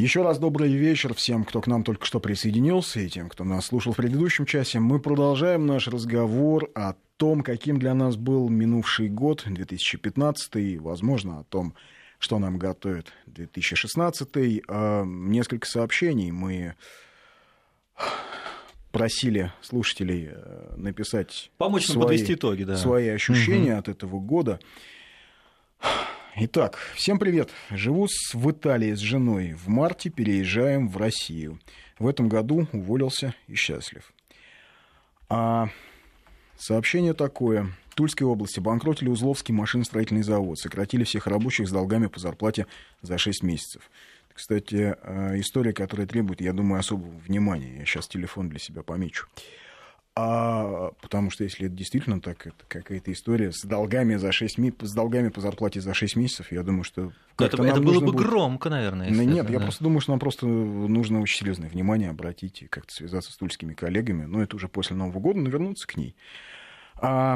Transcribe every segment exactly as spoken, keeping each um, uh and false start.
Еще раз добрый вечер всем, кто к нам только что присоединился, и тем, кто нас слушал в предыдущем часе. Мы продолжаем наш разговор о том, каким для нас был минувший год, две тысячи пятнадцатый, и, возможно, о том, что нам готовит две тысячи шестнадцатый. Несколько сообщений мы просили слушателей написать помочь нам свои, подвести итоги, да. свои ощущения угу. от этого года. Итак, всем привет. Живу в Италии с женой. В марте переезжаем в Россию. В этом году уволился и счастлив. А сообщение такое. В Тульской области банкротили Узловский машиностроительный завод. Сократили всех рабочих с долгами по зарплате за шесть месяцев. Кстати, история, которая требует, я думаю, особого внимания. Я сейчас телефон для себя помечу. А, потому что если это действительно так, это какая-то история с долгами, за шесть, с долгами по зарплате за шесть месяцев, я думаю, что... Это, это было бы будет... громко, наверное. Ну, нет, это, я да. просто думаю, что нам просто нужно очень серьезное внимание обратить и как-то связаться с тульскими коллегами. Но это уже после Нового года, но вернуться к ней. А...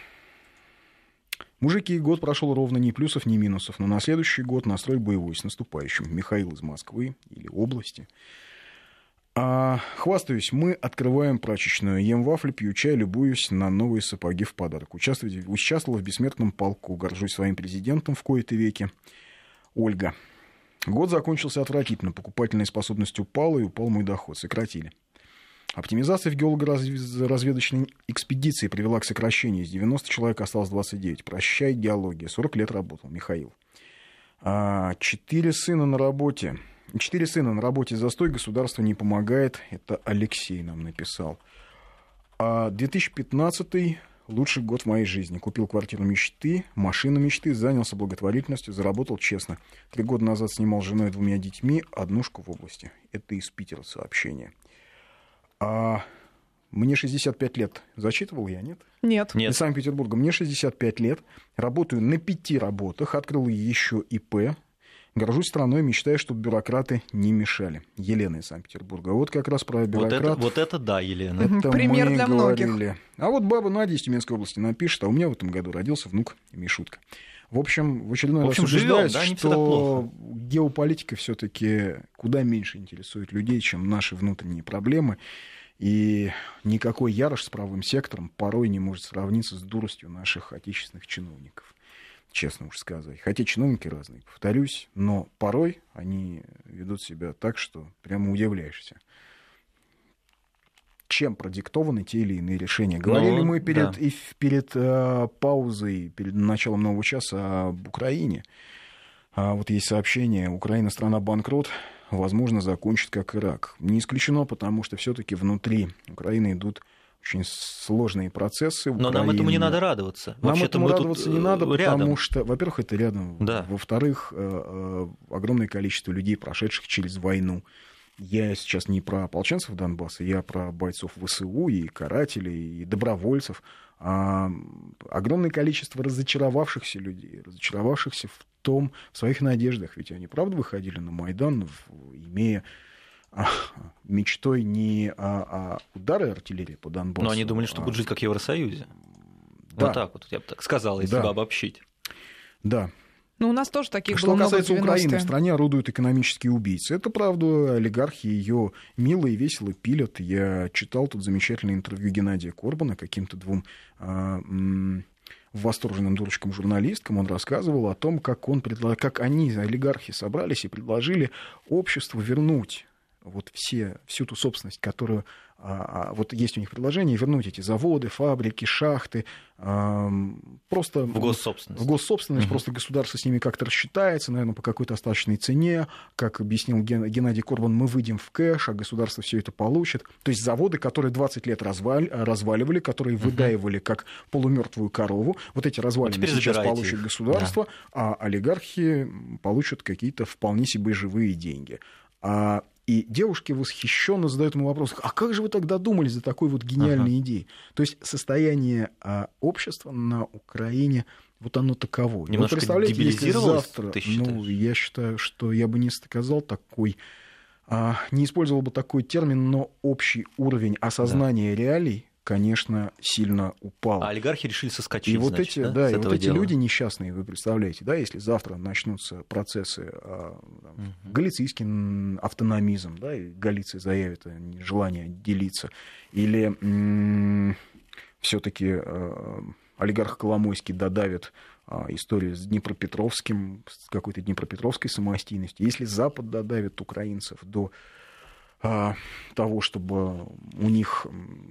Мужики, год прошел ровно ни плюсов, ни минусов, но на следующий год настрой боевой с наступающим. Михаил из Москвы или области. А, хвастаюсь, мы открываем прачечную, ем вафли, пью чай, любуюсь на новые сапоги в подарок. Участвовала в бессмертном полку, горжусь своим президентом в кои-то веки. Ольга. Год закончился отвратительно, покупательная способность упала, и упал мой доход, сократили. Оптимизация в геолого-разведочной экспедиции привела к сокращению. Из девяноста человек осталось двадцать девять. Прощай, геология. сорок лет работал, Михаил. А, четыре сына на работе. Четыре сына на работе застой, государство не помогает. Это Алексей нам написал. А две тысячи пятнадцатый лучший год в моей жизни. Купил квартиру мечты, машину мечты, занялся благотворительностью, заработал честно. Три года назад снимал с женой и двумя детьми однушку в области. Это из Питера сообщение. А мне шестьдесят пять лет. Зачитывал я, нет? Нет. Нет. Из Санкт-Петербурга. Мне шестьдесят пять лет. Работаю на пяти работах. Открыл еще ИП. Горжусь страной, мечтаю, чтобы бюрократы не мешали. Елена из Санкт-Петербурга. Вот как раз про бюрократов. Вот это, вот это да, Елена. Это пример мы для говорили. многих. А вот баба Надя из Тюменской области напишет, а у меня в этом году родился внук Мишутка. В общем, в очередной в общем, раз живем, убеждаюсь, да, не всё так что плохо. геополитика все-таки куда меньше интересует людей, чем наши внутренние проблемы. И никакой ярыш с правым сектором порой не может сравниться с дуростью наших отечественных чиновников. Честно уж сказать. Хотя чиновники разные, повторюсь, но порой они ведут себя так, что прямо удивляешься. Чем продиктованы те или иные решения. Говорили ну, мы перед, да. и перед э, паузой, перед началом нового часа об Украине. А вот есть сообщение: Украина страна банкрот, возможно, закончит как Ирак. Не исключено, потому что все-таки внутри Украины идут очень сложные процессы. Но Украина... нам этому не надо радоваться. Нам Вообще-то этому мы радоваться тут не надо, рядом. потому что, во-первых, это рядом. Да. Во-вторых, огромное количество людей, прошедших через войну. Я сейчас не про ополченцев Донбасса, я про бойцов ВСУ и карателей, и добровольцев. А огромное количество разочаровавшихся людей, разочаровавшихся в том, в своих надеждах. Ведь они, правда, выходили на Майдан, имея мечтой не о, о удары артиллерии по Донбассу. Но они думали, что а... будут жить как в Евросоюзе. Да. Вот так вот, я бы так сказал, если да. бы обобщить. Да. Ну, у нас тоже таких Что было много в касается девяностые. Украины, в стране орудуют экономические убийцы. Это правда, олигархи ее мило и весело пилят. Я читал тут замечательное интервью Геннадия Корбана каким-то двум а, м- восторженным дурочкам-журналисткам. Он рассказывал о том, как, он предла... как они, олигархи, собрались и предложили обществу вернуть вот все, всю ту собственность, которую а, вот есть у них предложение, вернуть эти заводы, фабрики, шахты, а, просто в госсобственность. В госсобственность, угу. Просто государство с ними как-то рассчитается, наверное, по какой-то остаточной цене. Как объяснил Ген... Геннадий Корбан, мы выйдем в кэш, а государство все это получит. То есть заводы, которые двадцать лет разваль... разваливали, которые угу. выдаивали как полумертвую корову, вот эти развалины вот сейчас получит их. Государство, да. А олигархи получат какие-то вполне себе живые деньги. А И девушки восхищенно задают ему вопрос: а как же вы тогда думали за такой вот гениальной ага. идеей? То есть состояние а, общества на Украине, вот оно таково. Немножко вы представляете, если завтра, ты считаешь? ну, я считаю, что я бы не сказал такой, а, не использовал бы такой термин, но общий уровень осознания да. реалий, конечно, сильно упал. А олигархи решили соскочить, и вот значит, эти, да, да, с и этого вот эти дела. люди несчастные, вы представляете, да, если завтра начнутся процессы, а, там, Мгм. галицийский автономизм, да, и Галиция заявит желание делиться, или м- все-таки э, олигарх Коломойский додавит э, историю с Днепропетровским, с какой-то Днепропетровской самостийностью, если Запад додавит украинцев до э, того, чтобы у них,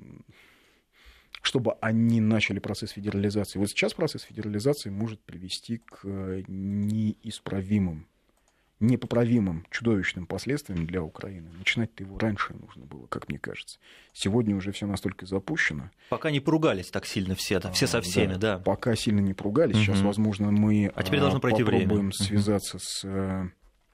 чтобы они начали процесс федерализации. Вот сейчас процесс федерализации может привести к неисправимым, непоправимым, чудовищным последствиям для Украины. Начинать-то его раньше нужно было, как мне кажется. Сегодня уже все настолько запущено. Пока не поругались так сильно все, да, все со всеми, да. да. Пока сильно не поругались. Угу. Сейчас, возможно, мы а теперь должно пройти попробуем время. связаться угу. с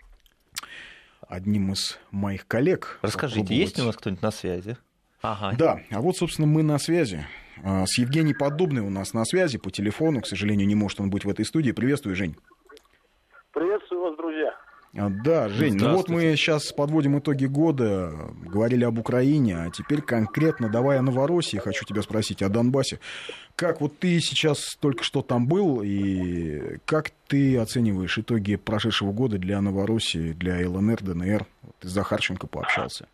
одним из моих коллег. Расскажите, попробовать... есть ли у вас кто-нибудь на связи? Ага. Да, а вот, собственно, мы на связи. С Евгением Поддубным у нас на связи по телефону. К сожалению, не может он быть в этой студии. Приветствую, Жень. Приветствую вас, друзья. Да, Жень, ну вот мы сейчас подводим итоги года, говорили об Украине, а теперь конкретно, давай о Новороссии, хочу тебя спросить, о Донбассе. Как вот ты сейчас только что там был, и как ты оцениваешь итоги прошедшего года для Новороссии, для ЛНР, ДНР? Ты с Захарченко пообщался.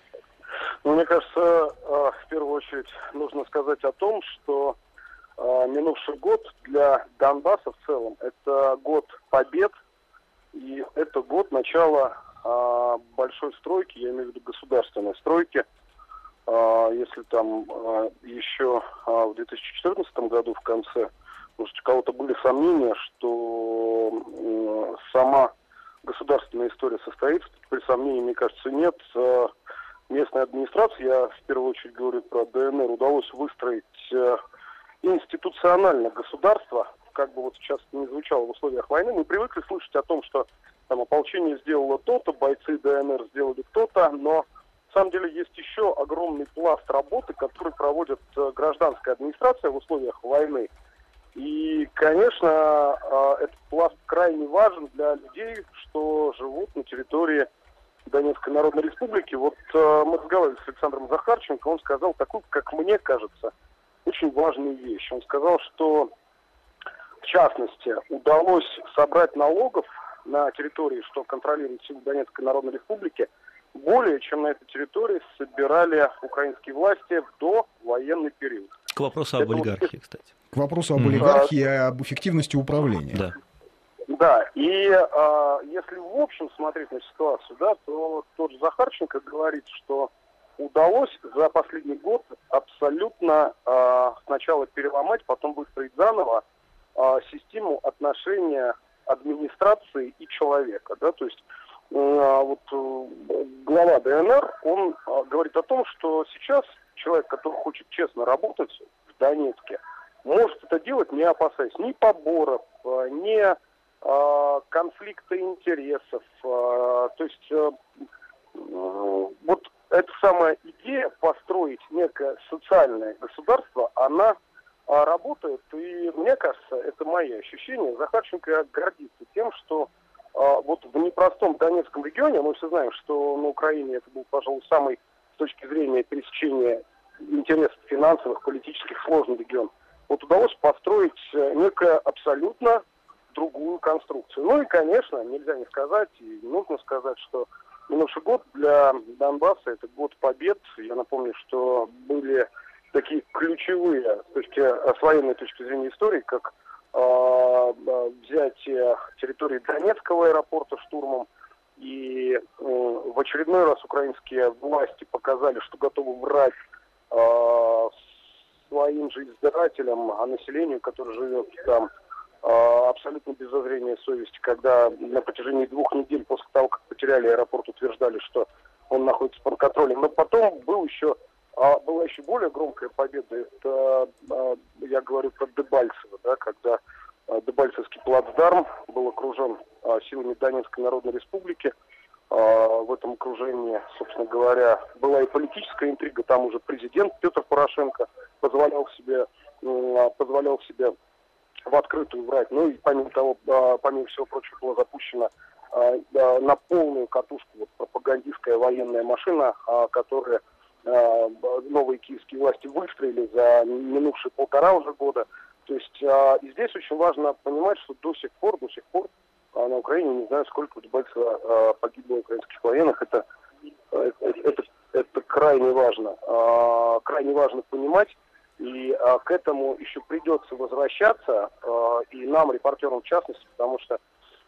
Ну, мне кажется, в первую очередь нужно сказать о том, что минувший год для Донбасса в целом это год побед. И это год начала а, большой стройки, я имею в виду государственной стройки. А, если там а, еще а, в две тысячи четырнадцатом году в конце, может, у кого-то были сомнения, что а, сама государственная история состоится, при сомнении, мне кажется, нет. А, местной администрации, я в первую очередь говорю про ДНР, удалось выстроить а, институционально государство. Как бы вот сейчас не звучало в условиях войны, мы привыкли слышать о том, что там ополчение сделало то-то, бойцы ДНР сделали то-то, но на самом деле есть еще огромный пласт работы, который проводит гражданская администрация в условиях войны. И, конечно, этот пласт крайне важен для людей, что живут на территории Донецкой Народной Республики. Вот мы разговаривали с Александром Захарченко, он сказал такую, как мне кажется, очень важную вещь. Он сказал, что в частности, удалось собрать налогов на территории, что контролирует силы Донецкой Народной Республики, более чем на этой территории собирали украинские власти до военный период. К вопросу об олигархии, кстати. К вопросу об олигархии и об эффективности управления. Да. Да, и а, если в общем смотреть на ситуацию, да, то тот же Захарченко говорит, что удалось за последний год абсолютно а, сначала переломать, потом выстроить заново систему отношения администрации и человека, да, то есть э, вот э, глава ДНР, он э, говорит о том, что сейчас человек, который хочет честно работать в Донецке, может это делать, не опасаясь ни поборов, э, ни э, конфликта интересов, э, то есть э, э, вот эта самая идея построить некое социальное государство, она работает, и мне кажется, это мои ощущения. Захарченко гордится тем, что а, вот в непростом Донецком регионе, мы все знаем, что на Украине это был, пожалуй, самый с точки зрения пересечения интересов финансовых, политических сложный регион, вот удалось построить некую абсолютно другую конструкцию. Ну и, конечно, нельзя не сказать, и нужно сказать, что минувший год для Донбасса это год побед. Я напомню, что были такие ключевые с, точки, с военной точки зрения истории, как э, взятие территории Донецкого аэропорта штурмом. И э, в очередной раз украинские власти показали, что готовы врать э, своим же избирателям, а населению, которое живет там, э, абсолютно без зазрения совести, когда на протяжении двух недель после того, как потеряли аэропорт, утверждали, что он находится под контролем. Но потом был еще А была еще более громкая победа, это я говорю про Дебальцево, да, когда Дебальцевский плацдарм был окружен силами Донецкой Народной Республики. В этом окружении, собственно говоря, была и политическая интрига, там уже президент Петр Порошенко позволял себе, позволял себе в открытую врать. Ну и помимо того, помимо всего прочего, была запущена на полную катушку вот, пропагандистская военная машина, которая новые киевские власти выстроили за минувшие полтора уже года. То есть и здесь очень важно понимать, что до сих пор, до сих пор на Украине, не знаю, сколько в Дебальцево погибло украинских военных, это, это, это, это крайне важно. Крайне важно понимать, и к этому еще придется возвращаться, и нам, репортерам в частности, потому что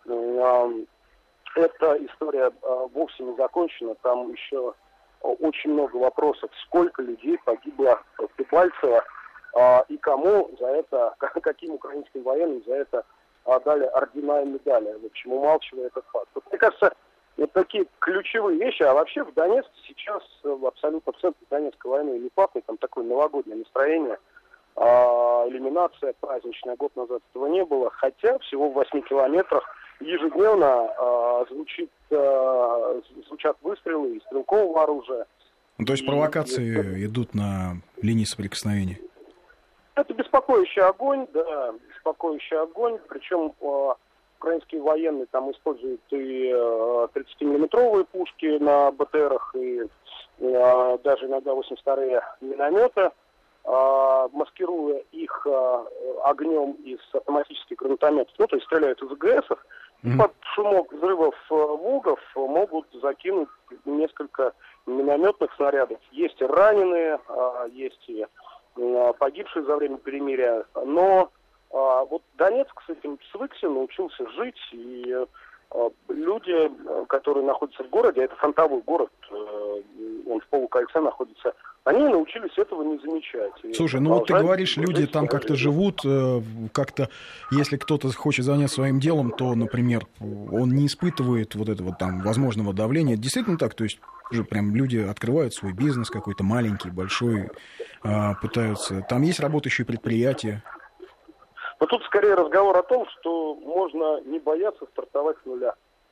эта история вовсе не закончена, там еще очень много вопросов, сколько людей погибло в Дебальцево, и кому за это, каким украинским военным за это дали ордена и медали, в общем, умалчивая этот факт. Вот, мне кажется, это такие ключевые вещи, а вообще в Донецке сейчас абсолютно в центре Донецкой войны не пахнет, там такое новогоднее настроение, иллюминация праздничная, год назад этого не было, хотя всего в восьми километрах ежедневно э, звучит, э, звучат выстрелы из стрелкового оружия. Ну, то есть провокации и... идут на линии соприкосновения? Это беспокоящий огонь, да, беспокоящий огонь. Причем э, украинские военные там используют и э, тридцатимиллиметровые пушки на БТРах, и э, даже иногда восемьдесят вторые минометы, э, маскируя их э, огнем из автоматических гранатометов. Ну, то есть стреляют из АГСов. И под шумок взрывов ВОГов могут закинуть несколько минометных снарядов. Есть и раненые, есть и погибшие за время перемирия. Но вот Донецк с этим свыкся, научился жить. И люди, которые находятся в городе, это фронтовой город, он в полукольце находится, они научились этого не замечать. Слушай, ну вот ты говоришь, люди там как-то живут, как-то, если кто-то хочет заняться своим делом, то, например, он не испытывает вот этого там возможного давления. Это действительно так? То есть уже прям люди открывают свой бизнес какой-то маленький, большой, пытаются... Там есть работающие предприятия? Но тут скорее разговор о том, что можно не бояться стартовать с нуля.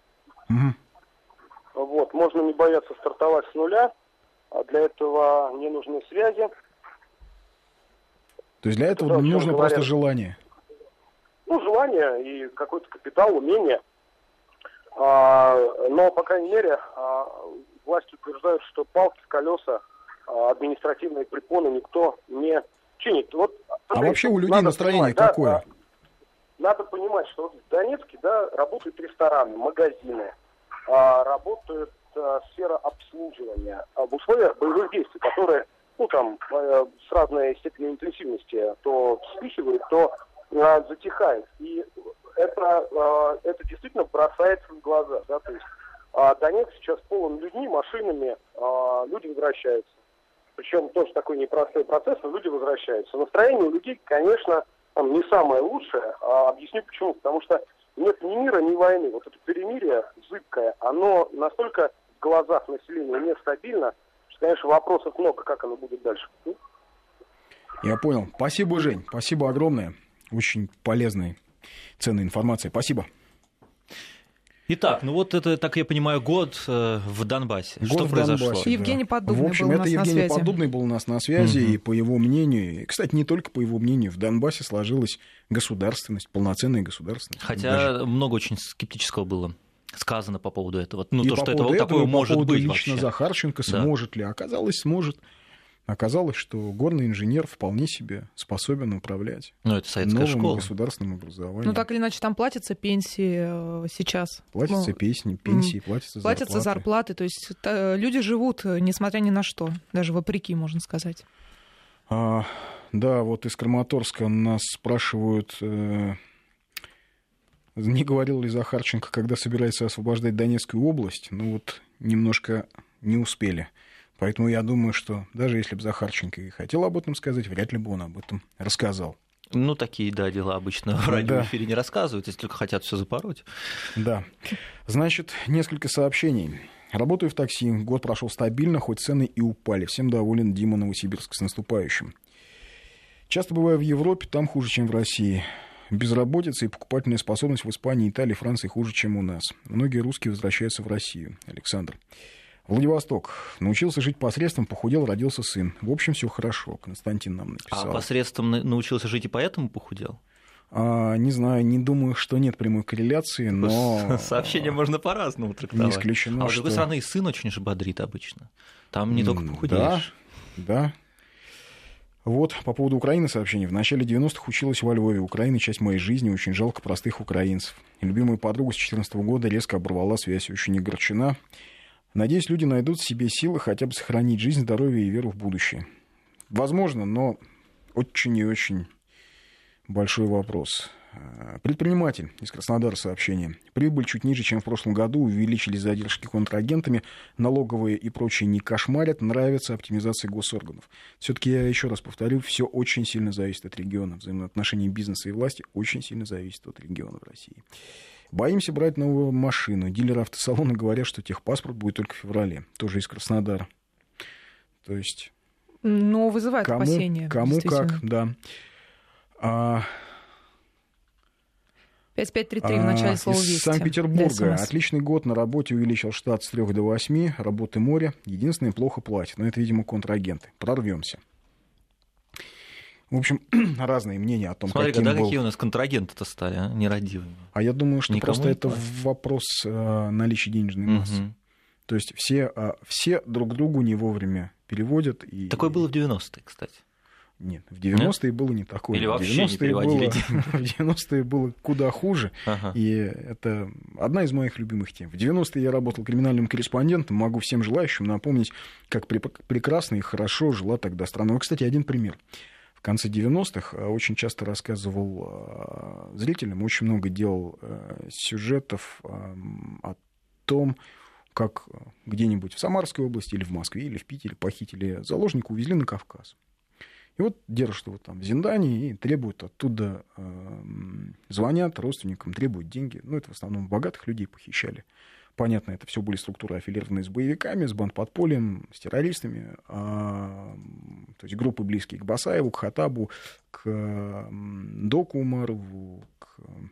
Угу. Вот, можно не бояться стартовать с нуля. А для этого не нужны связи. То есть для этого это, нужно говорят, просто желание? Ну, желание и какой-то капитал, умение. А, но, по крайней мере, а, власти утверждают, что палки в колеса, а, административные препоны никто не чинит. Вот, а вообще у людей настроение понимать, какое? Да, надо понимать, что в Донецке, да, работают рестораны, магазины, а, работают сфера обслуживания в условиях боевых действий, которые, ну, там, с разной степенью интенсивности то вспыхивают, то а, затихают. И это, а, это действительно бросается в глаза, да, то есть а, Донецк сейчас полон людьми, машинами, а, люди возвращаются. Причем тоже такой непростой процесс, но люди возвращаются. Настроение у людей, конечно, там, не самое лучшее. А объясню почему. Потому что нет ни мира, ни войны. Вот это перемирие зыбкое, оно настолько в глазах населения нестабильно, что, конечно, вопросов много, как оно будет дальше. Я понял. Спасибо, Жень. Спасибо огромное. Очень полезная, ценная информация. Спасибо. Итак, ну вот это, так я понимаю, год э, в Донбассе. Год Что в произошло? Донбассе, Евгений да. Поддубный В общем, был у это нас Евгений на связи. Поддубный был у нас на связи, угу. И по его мнению, и, кстати, не только по его мнению, в Донбассе сложилась государственность, полноценная государственность. Хотя даже... много очень скептического было сказано по поводу этого. Ну, и то, по что поводу это этого, такое может по поводу быть лично вообще. Захарченко, Да. сможет ли. Оказалось, сможет. Оказалось, что горный инженер вполне себе способен управлять ну, это советская новым школа. государственным образованием. Ну, так или иначе, там платятся пенсии сейчас. Платятся ну, песни, пенсии, платятся, платятся зарплаты. зарплаты. То есть та, люди живут, несмотря ни на что, даже вопреки, можно сказать. А, да, вот из Краматорска нас спрашивают, э, не говорил ли Захарченко, когда собирается освобождать Донецкую область. Ну вот немножко не успели. Поэтому я думаю, что даже если бы Захарченко и хотел об этом сказать, вряд ли бы он об этом рассказал. Ну, такие, да, дела обычно в радиоэфире не рассказывают, если только хотят все запороть. Да. Значит, несколько сообщений. Работаю в такси, год прошел стабильно, хоть цены и упали. Всем доволен, Дима, Новосибирск, с наступающим. Часто бываю в Европе, там хуже, чем в России. Безработица и покупательная способность в Испании, Италии, Франции хуже, чем у нас. Многие русские возвращаются в Россию. Александр. Владивосток. Научился жить посредством, похудел, родился сын. В общем, все хорошо. Константин нам написал. А посредством научился жить и поэтому похудел? А, не знаю, не думаю, что нет прямой корреляции, но... Сообщение можно по-разному трактовать. Не исключено, а с что... другой стороны, и сын очень же бодрит обычно. Там не только похудеешь. Да, да. Вот, по поводу Украины сообщение. В начале девяностых училась во Львове. Украина — часть моей жизни, очень жалко простых украинцев. Любимая подруга с две тысячи четырнадцатого года резко оборвала связь, очень огорчена. Надеюсь, люди найдут в себе силы хотя бы сохранить жизнь, здоровье и веру в будущее. Возможно, но очень и очень большой вопрос. Предприниматель из Краснодара сообщение. Прибыль чуть ниже, чем в прошлом году. Увеличились задержки контрагентами. Налоговые и прочие не кошмарят. Нравится оптимизация госорганов. Все-таки я еще раз повторю, все очень сильно зависит от региона. Взаимоотношения бизнеса и власти очень сильно зависит от региона в России. Боимся брать новую машину. Дилеры автосалона говорят, что техпаспорт будет только в феврале. Тоже из Краснодара. То есть... Но вызывает кому, опасения. Кому как, да. А... пять пять три три в начале а, слова из «Вести». Санкт-Петербурга. Отличный год, на работе увеличил штат с трёх до восьми. Работы море. Единственное, плохо платят. Но это, видимо, контрагенты. Прорвемся. В общем, разные мнения о том, Смотри, каким когда был... какие у нас контрагенты-то стали, а? Нерадивыми. А я думаю, что Никому просто это платят. вопрос э, наличия денежной массы. Угу. То есть все, э, все друг другу не вовремя переводят. И... Такое было в девяностые, кстати. Нет, в девяностые Нет? было не такое. Или в вообще не переводили было, в девяностые было куда хуже. Ага. И это одна из моих любимых тем. В девяностые я работал криминальным корреспондентом. Могу всем желающим напомнить, как прекрасно и хорошо жила тогда страна. Ну, кстати, один пример. В конце девяностых очень часто рассказывал зрителям, очень много делал сюжетов о том, как где-нибудь в Самарской области или в Москве или в Питере похитили заложника, увезли на Кавказ. И вот держат его там в Зиндане и требуют оттуда, э, звонят родственникам, требуют деньги. Ну, это в основном богатых людей похищали. Понятно, это все были структуры, аффилированные с боевиками, с бандподпольем, с террористами. А, то есть группы, близкие к Басаеву, к Хатабу, к Доку Умарову, к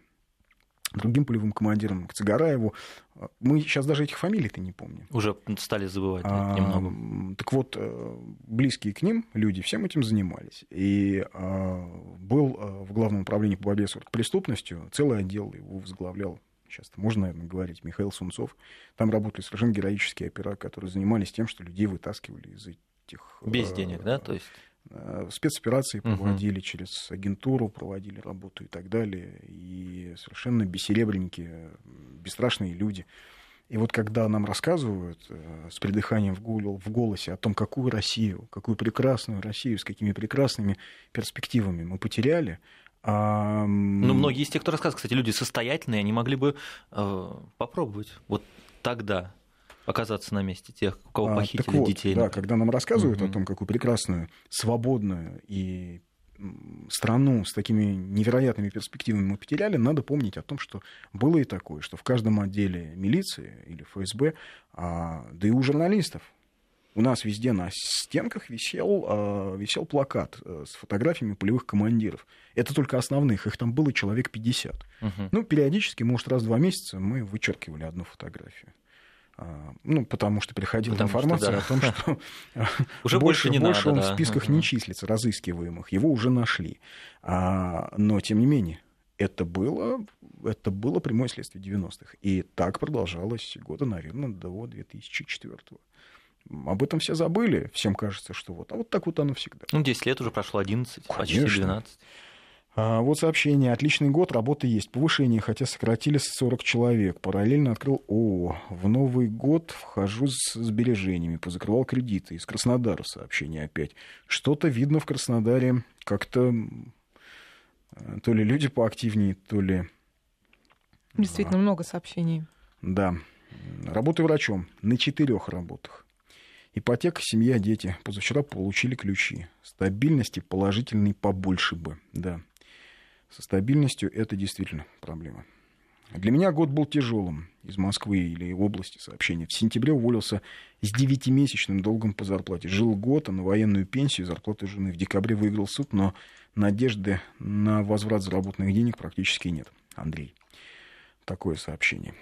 другим полевым командирам, к Цыгараеву. Мы сейчас даже этих фамилий-то не помним. Уже стали забывать а, немного. Так вот, близкие к ним люди всем этим занимались. И а, был в Главном управлении по борьбе с оргпреступностью целый отдел, его возглавлял, сейчас можно, наверное, говорить, Михаил Сунцов. Там работали совершенно героические операторы, которые занимались тем, что людей вытаскивали из этих... Без денег, да? То есть... Спецоперации проводили uh-huh. через агентуру, проводили работу и так далее. И совершенно бессеребренники, бесстрашные люди. И вот когда нам рассказывают с придыханием в голосе о том, какую Россию, какую прекрасную Россию, с какими прекрасными перспективами мы потеряли... А... Ну, многие из тех, кто рассказывает, кстати, люди состоятельные, они могли бы э, попробовать вот тогда оказаться на месте тех, у кого похитили а, так вот, детей. Да, когда нам рассказывают угу. о том, какую прекрасную, свободную и страну с такими невероятными перспективами мы потеряли, надо помнить о том, что было и такое, что в каждом отделе милиции или эф эс бэ, а, да и у журналистов, у нас везде на стенках висел, а, висел плакат с фотографиями полевых командиров. Это только основных, их там было человек пятьдесят. Угу. Ну, периодически, может, раз в два месяца мы вычеркивали одну фотографию. Ну, потому что приходила потому информация что, да. о том, что уже больше, больше, не больше надо, он да. в списках uh-huh. не числится, разыскиваемых. Его уже нашли. А, но, тем не менее, это было, это было прямое следствие девяностых. И так продолжалось года, наверное, до две тысячи четвёртого. Об этом все забыли. Всем кажется, что вот, а вот так вот оно всегда. Ну, десять лет уже прошло, одиннадцать, Конечно. Почти двенадцать. А, вот сообщение. Отличный год, работа есть. Повышение, хотя сократили сорок человек. Параллельно открыл ООО. В Новый год вхожу с сбережениями. Позакрывал кредиты. Из Краснодара сообщение опять. Что-то видно в Краснодаре. Как-то то ли люди поактивнее, то ли... Действительно, а, много сообщений. Да. Работаю врачом. На четырех работах. Ипотека, семья, дети. Позавчера получили ключи. Стабильности положительной побольше бы. Да. Со стабильностью это действительно проблема. Для меня год был тяжелым. Из Москвы или области сообщения. В сентябре уволился с девятимесячным долгом по зарплате. Жил год, а на военную пенсию, зарплату жены. В декабре выиграл суд, но надежды на возврат заработанных денег практически нет. Андрей. Такое сообщение.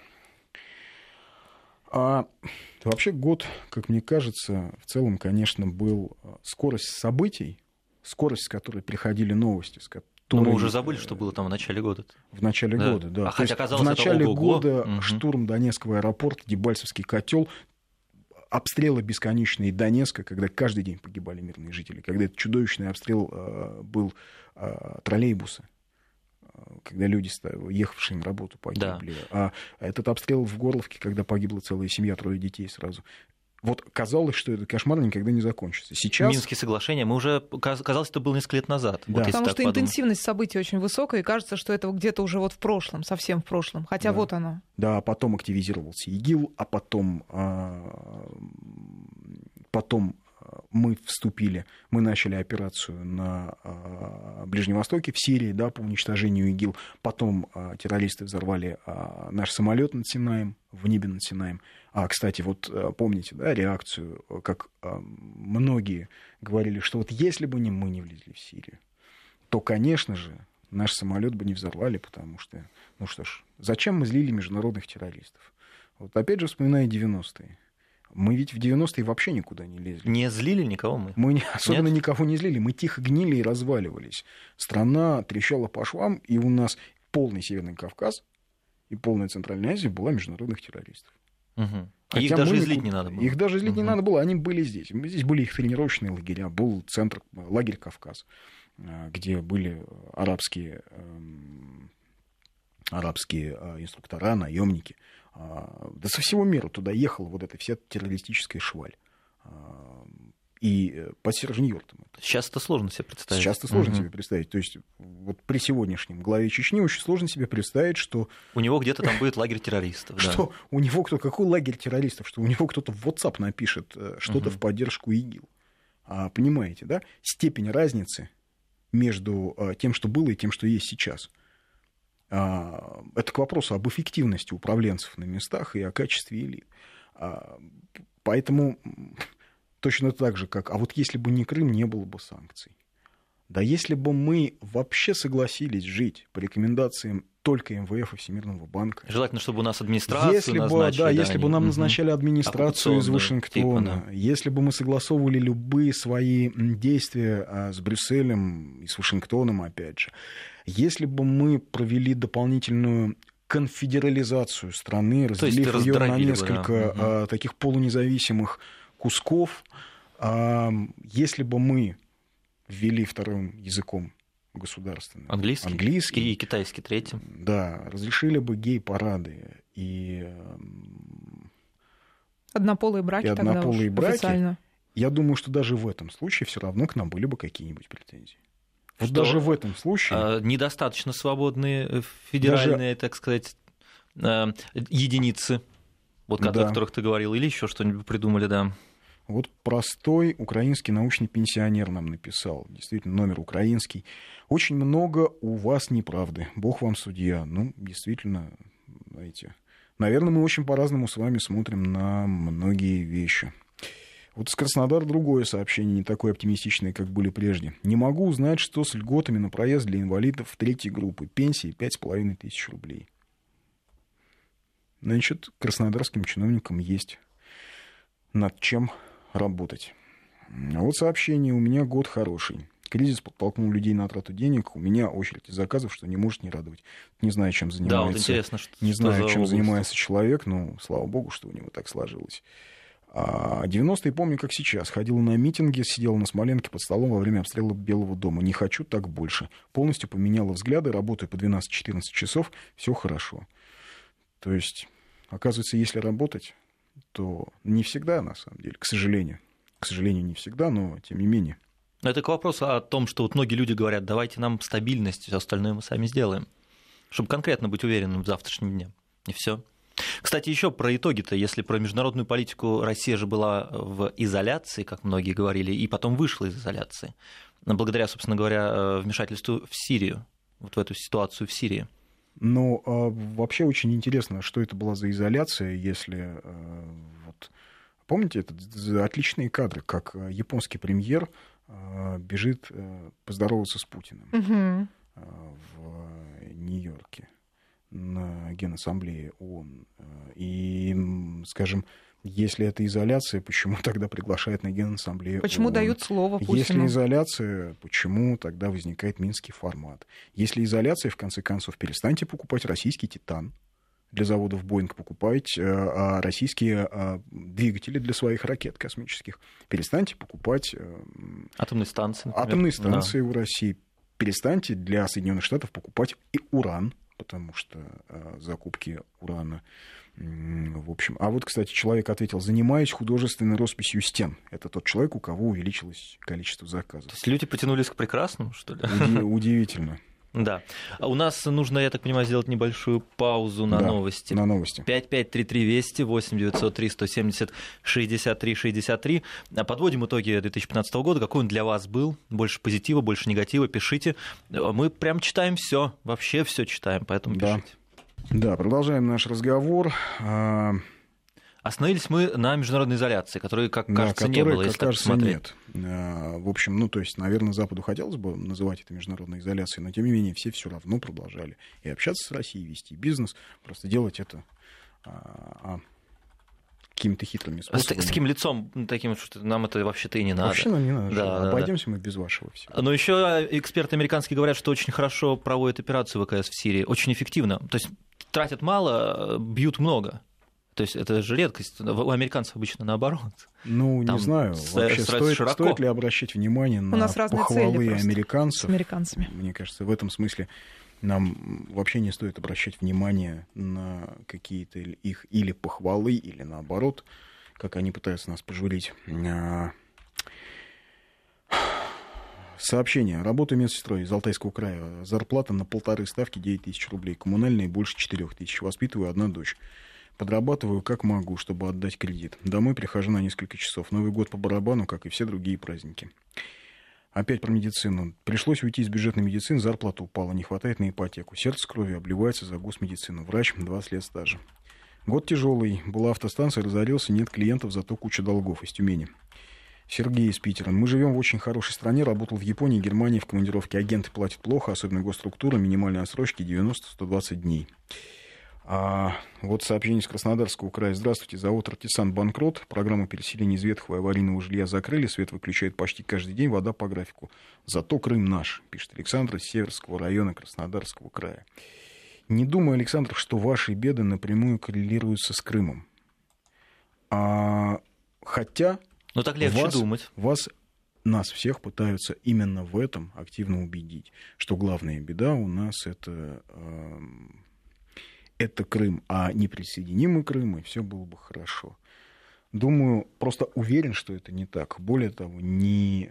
А вообще год, как мне кажется, в целом, конечно, был скорость событий, скорость, с которой приходили новости, с которой который... Но мы уже забыли, что было там в начале года. В начале да. года, да. А хотя, казалось, в начале это года угу. штурм Донецкого аэропорта, Дебальцевский котел, обстрелы бесконечные Донецка, когда каждый день погибали мирные жители, когда этот чудовищный обстрел э, был э, троллейбуса, когда люди, ехавшие на работу, погибли. Да. А этот обстрел в Горловке, когда погибла целая семья, трое детей сразу. Вот казалось, что этот кошмар никогда не закончится. Сейчас... Минские соглашения, мы уже... Казалось, это было несколько лет назад. Да. Вот Потому что подумать. интенсивность событий очень высокая, и кажется, что это где-то уже вот в прошлом, совсем в прошлом. Хотя да. вот оно. Да, потом активизировался ИГИЛ, а потом... Потом мы вступили, мы начали операцию на э, Ближнем Востоке, в Сирии, да, по уничтожению ИГИЛ. Потом э, террористы взорвали э, наш самолет над Синаем, в небе над Синаем. А, кстати, вот э, помните, да, реакцию, как э, многие говорили, что вот если бы не мы не влезли в Сирию, то, конечно же, наш самолет бы не взорвали, потому что, ну что ж, зачем мы злили международных террористов? Вот опять же вспоминая девяностые. Мы ведь в девяностые вообще никуда не лезли. Не злили никого мы? Мы не, особенно Нет? никого не злили. Мы тихо гнили и разваливались. Страна трещала по швам, и у нас полный Северный Кавказ и полная Центральная Азия была международных террористов. Угу. Их даже злить никуда... не надо было. Их даже злить угу. не надо было, они были здесь. Здесь были их тренировочные лагеря, был центр, лагерь Кавказ, где были арабские, арабские инструктора, наемники. Да со всего мира туда ехала вот эта вся террористическая шваль. И по Сержень-Юртам. Сейчас это сложно себе представить. Сейчас это сложно угу. себе представить. То есть вот при сегодняшнем главе Чечни очень сложно себе представить, что... У него где-то там будет лагерь террористов. Что да. у него кто... Какой лагерь террористов? Что у него кто-то в WhatsApp напишет что-то угу. в поддержку ИГИЛ. А, понимаете, да? Степень разницы между тем, что было, и тем, что есть сейчас. Это к вопросу об эффективности управленцев на местах и о качестве элит. Поэтому точно так же, как... А вот если бы не Крым, не было бы санкций. Да если бы мы вообще согласились жить по рекомендациям только эм вэ эф и Всемирного банка... Желательно, чтобы у нас администрацию если назначили. Бы, да, да, если они... бы нам назначали администрацию из Вашингтона, типа, да. если бы мы согласовывали любые свои действия с Брюсселем и с Вашингтоном, опять же, если бы мы провели дополнительную конфедерализацию страны, разделив ее на несколько бы, да. угу. таких полунезависимых кусков, если бы мы ввели вторым языком государственным английский, английский и китайский третьим, да, разрешили бы гей-парады и однополые браки, и однополые тогда браки, официально. Я думаю, что даже в этом случае все равно к нам были бы какие-нибудь претензии. Вот что даже в этом случае... Недостаточно свободные федеральные, даже... так сказать, единицы, вот, да. о которых ты говорил, или еще что-нибудь придумали, да. Вот простой украинский научный пенсионер нам написал, действительно, номер украинский. Очень много у вас неправды, Бог вам судья. Ну, действительно, знаете, наверное, мы очень по-разному с вами смотрим на многие вещи. Вот из Краснодара другое сообщение, не такое оптимистичное, как были прежде. Не могу узнать, что с льготами на проезд для инвалидов третьей группы. Пенсии пять с половиной тысяч рублей. Значит, краснодарским чиновникам есть над чем работать. А вот сообщение: у меня год хороший. Кризис подтолкнул людей на трату денег. У меня очередь из заказов, что не может не радовать. Не знаю, чем занимается. Да, вот интересно, что, не что знаю, чем область. занимается человек, но слава богу, что у него так сложилось. А девяностые помню, как сейчас. Ходила на митинги, сидела на Смоленке под столом во время обстрела Белого дома. Не хочу так больше. Полностью поменяла взгляды, работаю по двенадцать-четырнадцать часов. Все хорошо. То есть, оказывается, если работать, то не всегда, на самом деле, к сожалению. К сожалению, не всегда, но тем не менее. Это к вопросу о том, что вот многие люди говорят: давайте нам стабильность, все остальное мы сами сделаем, чтобы конкретно быть уверенным в завтрашнем дне. И все. Кстати, еще про итоги-то. Если про международную политику, Россия же была в изоляции, как многие говорили, и потом вышла из изоляции, благодаря, собственно говоря, вмешательству в Сирию, вот в эту ситуацию в Сирии. Ну, вообще очень интересно, что это была за изоляция, если... Вот, помните, это отличные кадры, как японский премьер бежит поздороваться с Путиным угу. в Нью-Йорке на Генассамблее ООН. И, скажем, Если это изоляция, почему тогда приглашают на Генассамблею? Почему ООН? дают слово Путину? Если изоляция, почему тогда возникает Минский формат? Если изоляция, в конце концов, перестаньте покупать российский «Титан». Для заводов «Боинг» покупать а российские а, двигатели для своих ракет космических. Перестаньте покупать а, атомные станции, например. атомные станции да. в России. Перестаньте для Соединенных Штатов покупать и уран, потому что а, закупки урана... В общем, а вот, кстати, человек ответил: занимаюсь художественной росписью стен. Это тот человек, у кого увеличилось количество заказов. То есть люди потянулись к прекрасному, что ли? Уди- удивительно. Да. А у нас нужно, я так понимаю, сделать небольшую паузу на Да, новости. на новости. пять пять три три Вести, восемь девятьсот три сто семьдесят шестьдесят три шестьдесят три. Подводим итоги две тысячи пятнадцатого года. Какой он для вас был? Больше позитива, больше негатива? Пишите. Мы прям читаем все, вообще все читаем, поэтому Да. пишите. Да, продолжаем наш разговор. Остановились мы на международной изоляции, которой, как Да, кажется, которой, не было, как если так кажется, посмотреть. нет. В общем, ну, то есть, наверное, Западу хотелось бы называть это международной изоляцией, но, тем не менее, все все равно продолжали и общаться с Россией, вести бизнес, просто делать это а, какими-то хитрыми С, способами. с таким лицом, таким, что нам это вообще-то и не надо. Вообще нам не надо. Да, да, обойдемся мы без вашего всего. Но еще эксперты американские говорят, что очень хорошо проводят операцию ВКС в Сирии, очень эффективно. То есть тратят мало, бьют много. То есть это же редкость. У американцев обычно наоборот. Ну, не Там знаю. с- Вообще, стоит, широко. стоит ли обращать внимание на нас разные похвалы цели просто американцев? с американцами. Мне кажется, в этом смысле нам вообще не стоит обращать внимание на какие-то их или похвалы, или наоборот, как они пытаются нас пожурить. Сообщение. Работаю медсестрой из Алтайского края. Зарплата на полторы ставки, девять тысяч рублей. Коммунальные больше четырех тысяч. Воспитываю одна дочь. Подрабатываю как могу, чтобы отдать кредит. Домой прихожу на несколько часов. Новый год по барабану, как и все другие праздники. Опять про медицину. Пришлось уйти из бюджетной медицины, зарплата упала, не хватает на ипотеку. Сердце кровью обливается за госмедицину. Врач, двадцать лет стажа. Год тяжелый. Была автостанция, разорился, нет клиентов, зато куча долгов из Тюмени. Сергей из Питера. Мы живем в очень хорошей стране. Работал в Японии, Германии в командировке. Агенты платят плохо, особенно госструктура. Минимальные отсрочки девяносто - сто двадцать дней. А вот сообщение из Краснодарского края. Здравствуйте. Завод «Артисан» банкрот. Программу переселения из ветхого и аварийного жилья закрыли. Свет выключают почти каждый день. Вода по графику. Зато Крым наш, пишет Александр из Северского района Краснодарского края. Не думаю, Александр, что ваши беды напрямую коррелируются с Крымом. А, хотя... Ну так легче вас, думать. Вас, нас всех пытаются именно в этом активно убедить, что главная беда у нас это, э, это Крым, а неприсоединимый Крым, и все было бы хорошо. Думаю, просто уверен, что это не так. Более того, не,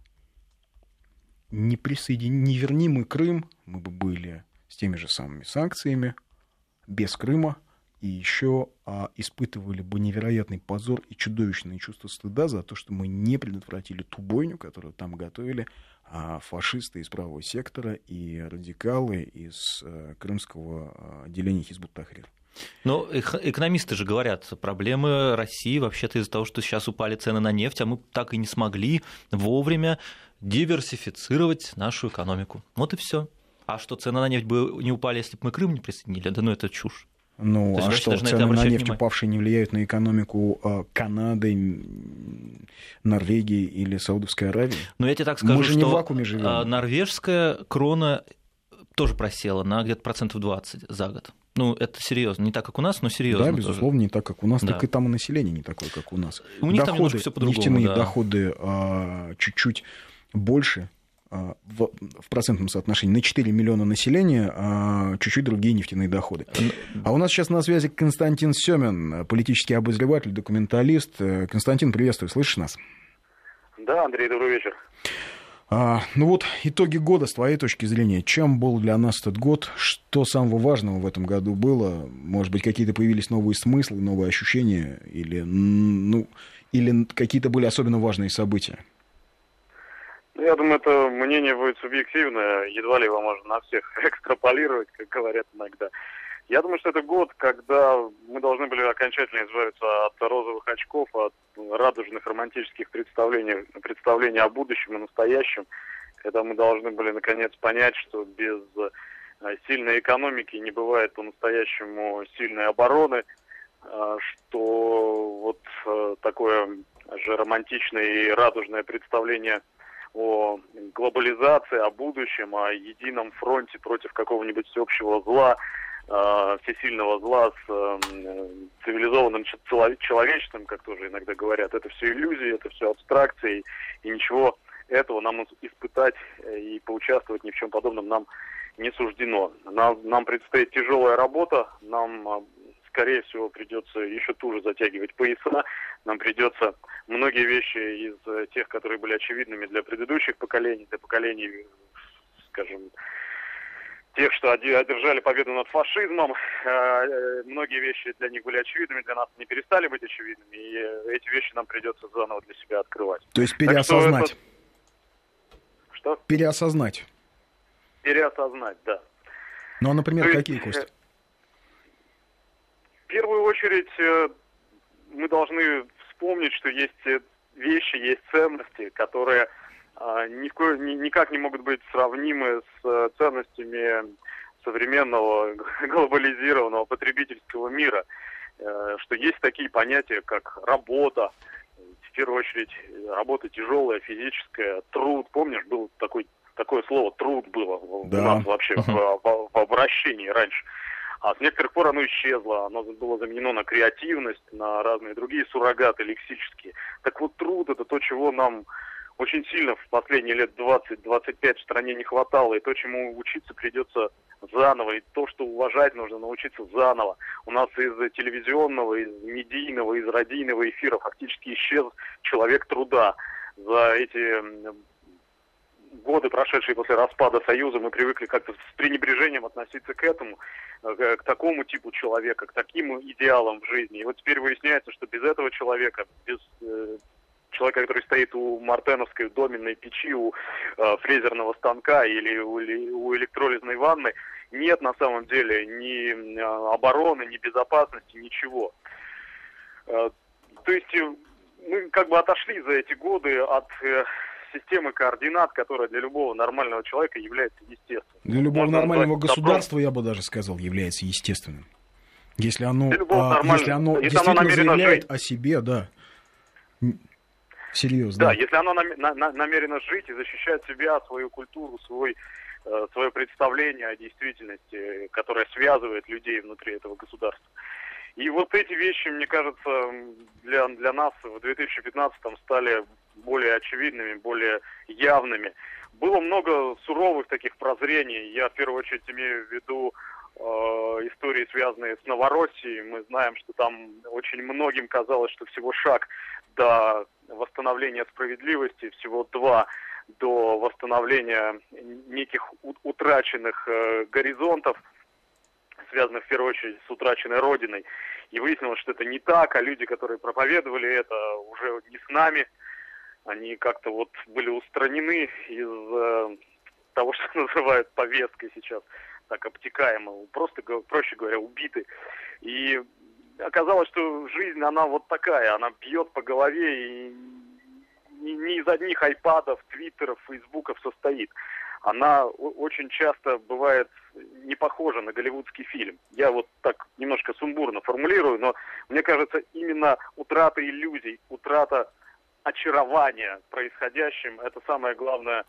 не, присоедин... не верни мы Крым, мы бы были с теми же самыми санкциями, без Крыма, и еще а, испытывали бы невероятный позор и чудовищное чувство стыда за то, что мы не предотвратили ту бойню, которую там готовили а, фашисты из правого сектора и радикалы из а, крымского а, отделения Хизбут-Тахрир. Но экономисты же говорят, проблемы России вообще-то из-за того, что сейчас упали цены на нефть, а мы так и не смогли вовремя диверсифицировать нашу экономику. Вот и все. А что цены на нефть бы не упали, если бы мы Крым не присоединили? Да ну это чушь. Ну, а что, цены на, на нефть внимание. упавшие не влияют на экономику э, Канады, Норвегии или Саудовской Аравии? Ну, я тебе так скажу, Мы же что не в вакууме живем. Норвежская крона тоже просела на где-то процентов двадцать за год. Ну, это серьезно. Не так, как у нас, но серьезно. Да, безусловно, тоже. Не так, как у нас, да. так и там и население не такое, как у нас. У них доходы, там немножко все по-другому. Нефтяные да. доходы а, чуть-чуть больше а, в, в процентном соотношении. На четыре миллиона населения а, чуть-чуть другие нефтяные доходы. А у нас сейчас на связи Константин Семин, политический обозреватель, документалист. Константин, приветствую, слышишь нас? Да, Андрей, добрый вечер. А, ну вот, итоги года, с твоей точки зрения, чем был для нас этот год? Что самого важного в этом году было? Может быть, какие-то появились новые смыслы, новые ощущения? Или, ну, или какие-то были особенно важные события? Я думаю, это мнение будет субъективное. Едва ли его можно на всех экстраполировать, как говорят иногда. Я думаю, что это год, когда мы должны были окончательно избавиться от розовых очков, от радужных романтических представлений, представлений о будущем и настоящем, когда мы должны были наконец понять, что без сильной экономики не бывает по-настоящему сильной обороны, что вот такое же романтичное и радужное представление о глобализации, о будущем, о едином фронте против какого-нибудь всеобщего зла, всесильного зла с цивилизованным человечеством, как тоже иногда говорят. Это все иллюзии, это все абстракции, и ничего этого нам испытать и поучаствовать ни в чем подобном нам не суждено. Нам, нам предстоит тяжелая работа, нам, скорее всего, придется еще туже затягивать пояса, нам придется многие вещи из тех, которые были очевидными для предыдущих поколений, для поколений, скажем, тех, что одержали победу над фашизмом, многие вещи для них были очевидными, для нас не перестали быть очевидными, и эти вещи нам придется заново для себя открывать. То есть переосознать. Что? Переосознать. Переосознать, да. Ну, а, например, есть, какие, Костя? В первую очередь мы должны вспомнить, что есть вещи, есть ценности, которые а, ни в ко... ни, никак не могут быть сравнимы с ценностями современного глобализированного потребительского мира. Что есть такие понятия, как работа, в первую очередь работа тяжелая, физическая, труд. Помнишь, был такой, такое слово «труд» было да. у нас вообще в, в, в обращении раньше. А с некоторых пор оно исчезло, оно было заменено на креативность, на разные другие суррогаты лексические. Так вот, труд — это то, чего нам очень сильно в последние лет двадцать-двадцать пять в стране не хватало, и то, чему учиться придется заново, и то, что уважать нужно научиться заново. У нас из телевизионного, из медийного, из радийного эфира фактически исчез человек труда. За эти годы, прошедшие после распада Союза, мы привыкли как-то с пренебрежением относиться к этому, к такому типу человека, к таким идеалам в жизни. И вот теперь выясняется, что без этого человека, без э, человека, который стоит у мартеновской доменной печи, у э, фрезерного станка или у, у электролизной ванны, нет на самом деле ни э, обороны, ни безопасности, ничего. Э, то есть э, мы как бы отошли за эти годы от э, системы координат, которая для любого нормального человека является естественной. Для любого Можно нормального назвать государства, добром. Я бы даже сказал, является естественным. Если оно, а, если оно если действительно оно заявляет жить. о себе, да. Серьезно. Да, да, если оно на, на, намерено жить и защищать себя, свою культуру, свой, э, свое представление о действительности, которое связывает людей внутри этого государства. И вот эти вещи, мне кажется, для, для нас в две тысячи пятнадцатом стали более очевидными, более явными. Было много суровых таких прозрений. Я в первую очередь имею в виду э, истории, связанные с Новороссией. Мы знаем, что там очень многим казалось, что всего шаг до восстановления справедливости, всего два до восстановления неких утраченных э, горизонтов, связанных в первую очередь с утраченной родиной. И выяснилось, что это не так, а люди, которые проповедовали это, уже не с нами. Они как-то вот были устранены из э, того, что называют повесткой сейчас, так обтекаемо, просто, проще говоря, убиты. И оказалось, что жизнь, она вот такая, она бьет по голове и не, не из одних айпадов, твиттеров, фейсбуков состоит. Она очень часто бывает не похожа на голливудский фильм. Я вот так немножко сумбурно формулирую, но мне кажется, именно утрата иллюзий, утрата очарования происходящим, это самое главное,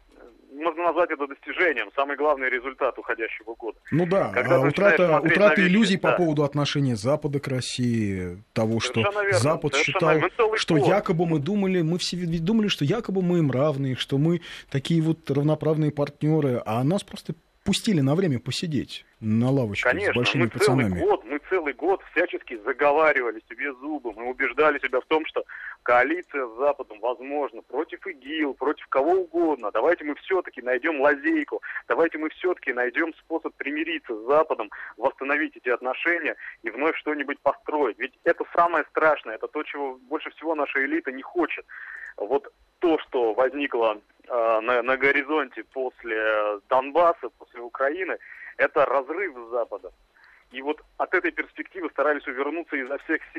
можно назвать это достижением, самый главный результат уходящего года. Ну да, а утрата, утрата иллюзий вещи, по да. поводу отношения Запада к России, того, совершенно что верно, Запад считал, что год. якобы мы думали, мы все ведь думали, что якобы мы им равны, что мы такие вот равноправные партнеры, а нас просто пустили на время посидеть на лавочке Конечно, с большими мы пацанами. Целый год, мы целый год всячески заговаривали себе зубы, мы убеждали себя в том, что коалиция с Западом возможна против ИГИЛ, против кого угодно. Давайте мы все-таки найдем лазейку, давайте мы все-таки найдем способ примириться с Западом, восстановить эти отношения и вновь что-нибудь построить. Ведь это самое страшное, это то, чего больше всего наша элита не хочет. Вот то, что возникло э, на, на горизонте после Донбасса, после Украины, это разрыв с Западом. И вот от этой перспективы старались увернуться изо всех сил.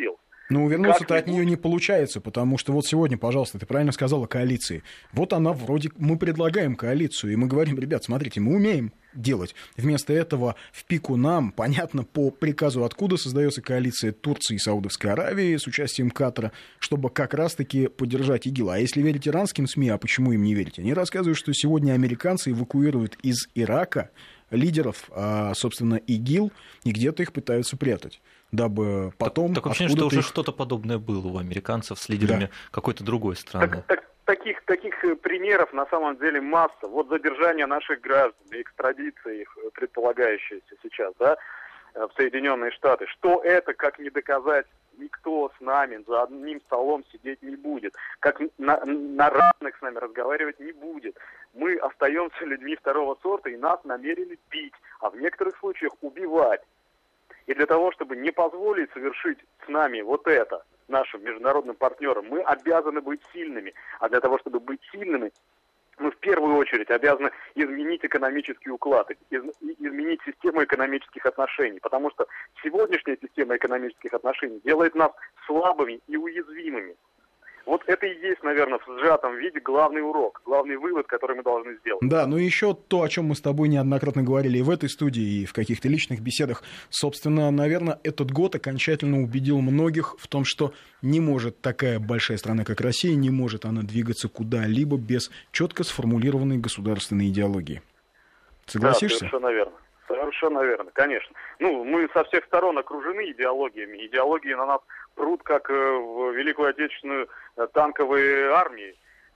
Ну, увернуться-то от нее не получается, потому что вот сегодня, пожалуйста, ты правильно сказала, коалиции. Вот она вроде... Мы предлагаем коалицию, и мы говорим, ребят, смотрите, мы умеем делать. Вместо этого в пику нам, понятно, по приказу, откуда создается коалиция Турции и Саудовской Аравии с участием Катара, чтобы как раз-таки поддержать ИГИЛ. А если верить иранским СМИ, а почему им не верить? Они рассказывают, что сегодня американцы эвакуируют из Ирака лидеров, собственно, ИГИЛ, и где-то их пытаются прятать, дабы потом... Так, так ощущение, что уже их... что-то подобное было у американцев с лидерами да. какой-то другой страны. Так, так, таких, таких примеров на самом деле масса. Вот задержание наших граждан, экстрадиция их предполагающаяся сейчас, да, в Соединенные Штаты. Что это, как не доказать? Никто с нами за одним столом сидеть не будет, как на, на равных с нами разговаривать не будет. Мы остаемся людьми второго сорта, и нас намерены бить, а в некоторых случаях убивать. И для того, чтобы не позволить совершить с нами вот это, нашим международным партнерам, мы обязаны быть сильными. А для того, чтобы быть сильными, мы в первую очередь обязаны изменить экономический уклад, из, изменить систему экономических отношений, потому что сегодняшняя система экономических отношений делает нас слабыми и уязвимыми. Вот это и есть, наверное, в сжатом виде главный урок, главный вывод, который мы должны сделать. Да, ну и еще то, о чем мы с тобой неоднократно говорили и в этой студии, и в каких-то личных беседах. Собственно, наверное, этот год окончательно убедил многих в том, что не может такая большая страна, как Россия, не может она двигаться куда-либо без четко сформулированной государственной идеологии. Согласишься? Да, совершенно верно. Совершенно верно, конечно. Ну, мы со всех сторон окружены идеологиями. Идеологии на нас прут, как в Великую Отечественную танковые армии.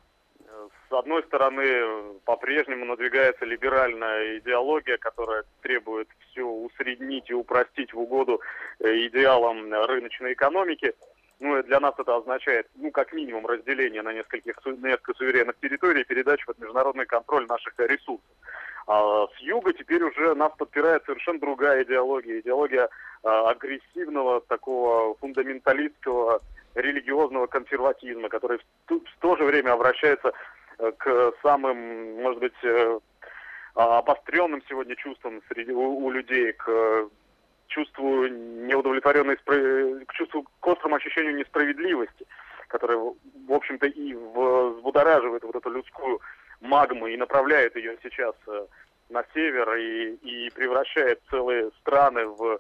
С одной стороны, по-прежнему надвигается либеральная идеология, которая требует все усреднить и упростить в угоду идеалам рыночной экономики. Ну, и для нас это означает, ну, как минимум, разделение на нескольких, несколько суверенных территорий и передачу под международный контроль наших ресурсов. А с юга теперь уже нас подпирает совершенно другая идеология. Идеология а, агрессивного, такого фундаменталистского, религиозного консерватизма, который в, в то же время обращается а, к самым, может быть, а, обостренным сегодня чувствам среди, у, у людей, к чувству неудовлетворенной, к чувству, к острому ощущению несправедливости, которое, в общем-то, и взбудораживает вот эту людскую магму и направляет ее сейчас э, на север и, и превращает целые страны в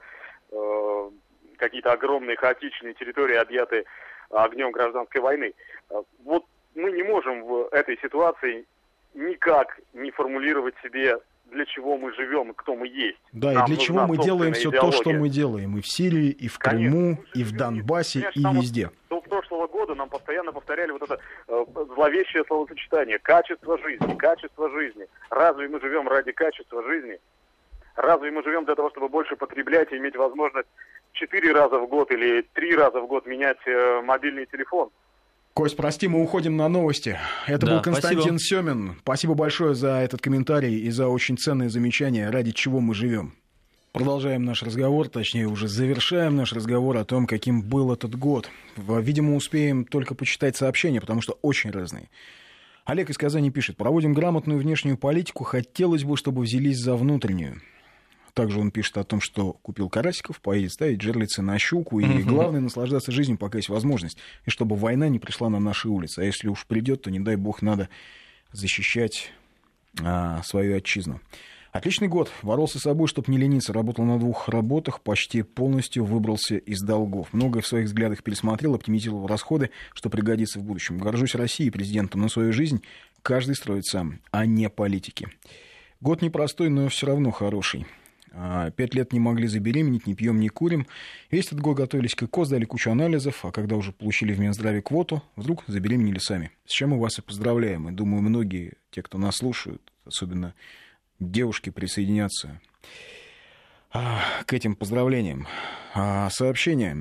э, какие-то огромные хаотичные территории, объятые огнем гражданской войны. Вот мы не можем в этой ситуации никак не формулировать себе, для чего мы живем и кто мы есть. Да, нам и для чего мы делаем все то, что мы делаем. И в Сирии, и в Крыму, конечно, и в Донбассе, и везде. Вот, до прошлого года нам постоянно повторяли вот это э, зловещее словосочетание «качество жизни», «качество жизни». Разве мы живем ради качества жизни? Разве мы живем для того, чтобы больше потреблять и иметь возможность четыре раза в год или три раза в год менять э, мобильный телефон? Кость, прости, мы уходим на новости. Это да, был Константин спасибо. Семин. Спасибо большое за этот комментарий и за очень ценные замечания, ради чего мы живем. Продолжаем наш разговор, точнее, уже завершаем наш разговор о том, каким был этот год. Видимо, успеем только почитать сообщения, потому что очень разные. Олег из Казани пишет: «Проводим грамотную внешнюю политику, хотелось бы, чтобы взялись за внутреннюю». Также он пишет о том, что купил карасиков, поедет ставить жерлицы на щуку, и uh-huh. главное — наслаждаться жизнью, пока есть возможность, и чтобы война не пришла на наши улицы. А если уж придет, то, не дай бог, надо защищать а, свою отчизну. Отличный год. Боролся с собой, чтобы не лениться. Работал на двух работах, почти полностью выбрался из долгов. Многое в своих взглядах пересмотрел, оптимизировал расходы, что пригодится в будущем. Горжусь Россией и президентом, но свою жизнь каждый строит сам, а не политики. Год непростой, но все равно хороший. Пять лет не могли забеременеть, не пьем, не курим. Весь этот год готовились к ЭКО, сдали кучу анализов, а когда уже получили в Минздраве квоту, вдруг забеременели сами. С чем мы вас и поздравляем. И думаю, многие, те, кто нас слушают, особенно девушки, присоединятся к этим поздравлениям. Сообщение.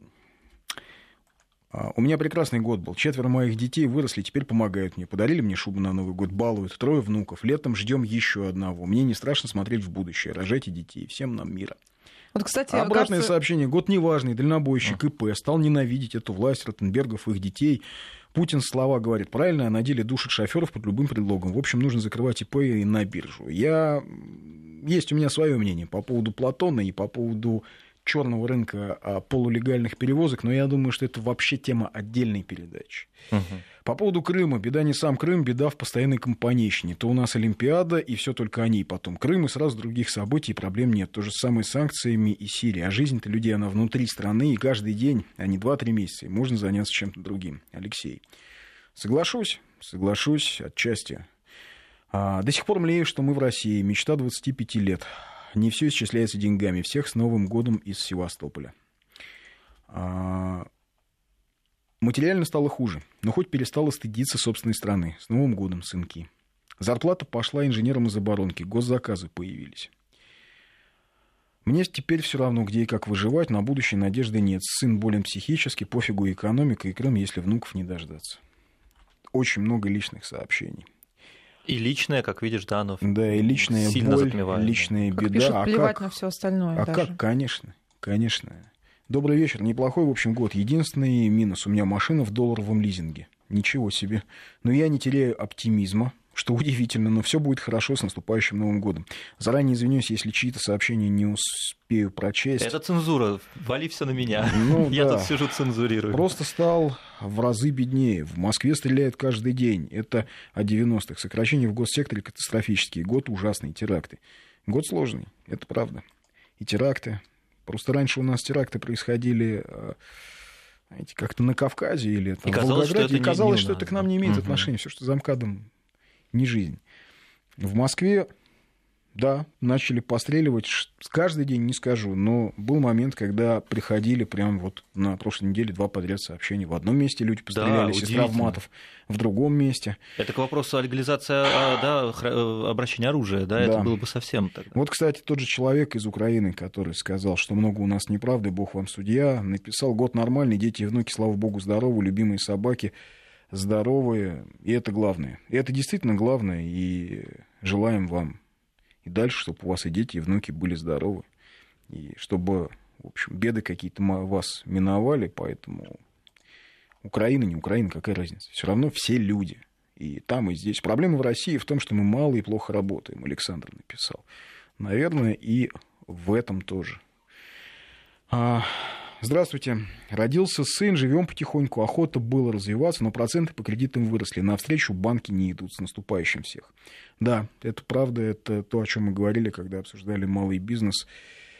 У меня прекрасный год был. Четверо моих детей выросли, теперь помогают мне. Подарили мне шубу на Новый год, балуют. Трое внуков. Летом ждем еще одного. Мне не страшно смотреть в будущее. Рожайте детей. Всем нам мира. Вот, кстати, обратное кажется... сообщение. Год неважный. Дальнобойщик, ИП. Стал ненавидеть эту власть, Ротенбергов, их детей. Путин слова говорит правильно, а на деле душит шоферов под любым предлогом. В общем, нужно закрывать ИП и на биржу. Я... Есть у меня свое мнение по поводу Платона и по поводу черного рынка полулегальных перевозок, но я думаю, что это вообще тема отдельной передачи. Угу. По поводу Крыма. Беда не сам Крым, беда в постоянной компанейщине. То у нас Олимпиада, и все только о ней. Потом Крым, и сразу других событий и проблем нет. То же самое с санкциями и Сирией. А жизнь-то людей, она внутри страны, и каждый день, а не два-три месяца, и можно заняться чем-то другим. Алексей. Соглашусь, соглашусь отчасти. А, до сих пор млею, что мы в России. Мечта двадцати пяти лет. Не все исчисляется деньгами. Всех с Новым годом из Севастополя. А, материально стало хуже, но хоть перестала стыдиться собственной страны. С Новым годом, сынки. Зарплата пошла инженерам из оборонки. Госзаказы появились. Мне теперь все равно, где и как выживать. На будущее надежды нет. Сын болен психически, пофигу экономика и Крым, если внуков не дождаться. Очень много личных сообщений. И личное, как видишь, да, оно да, и личная сильно боль, затмевает. Личная как беда. Пишут, а плевать как, на все остальное. А даже. как, конечно, конечно. Добрый вечер. Неплохой, в общем, год. Единственный минус. У меня машина в долларовом лизинге. Ничего себе. Но я не теряю оптимизма, что удивительно, но все будет хорошо с наступающим Новым годом. Заранее извинюсь, если чьи-то сообщения не успею прочесть. Это цензура. Вали все на меня. Ну, я да. тут сижу, цензурирую. Просто стал в разы беднее. В Москве стреляют каждый день. Это о девяностых. Сокращения в госсекторе катастрофические. Год ужасный. Теракты. Год сложный. Это правда. И теракты. Просто раньше у нас теракты происходили... знаете, как-то на Кавказе или там, и в казалось, Волгограде, что это и казалось, не, что не это к нам не имеет угу. отношения. Все, что за МКАДом, не жизнь. В Москве, да, начали постреливать. Каждый день не скажу, но был момент, когда приходили прям вот на прошлой неделе два подряд сообщения. В одном месте люди пострелялись из травматов, в другом месте. Это к вопросу о легализации да, обращения оружия, да, да, это было бы совсем тогда. Вот, кстати, тот же человек из Украины, который сказал, что много у нас неправды, Бог вам судья, написал: год нормальный, дети и внуки, слава Богу, здоровы, любимые собаки здоровые, и это главное. И это действительно главное, и желаем вам и дальше, чтобы у вас и дети, и внуки были здоровы, и чтобы, в общем, беды какие-то вас миновали, поэтому Украина, не Украина, какая разница? Все равно все люди, и там, и здесь. Проблема в России в том, что мы мало и плохо работаем, Александр написал. Наверное, и в этом тоже. Здравствуйте. Родился сын, живем потихоньку. Охота было развиваться, но проценты по кредитам выросли. Навстречу банки не идут. С наступающим всех. Да, это правда. Это то, о чем мы говорили, когда обсуждали малый бизнес.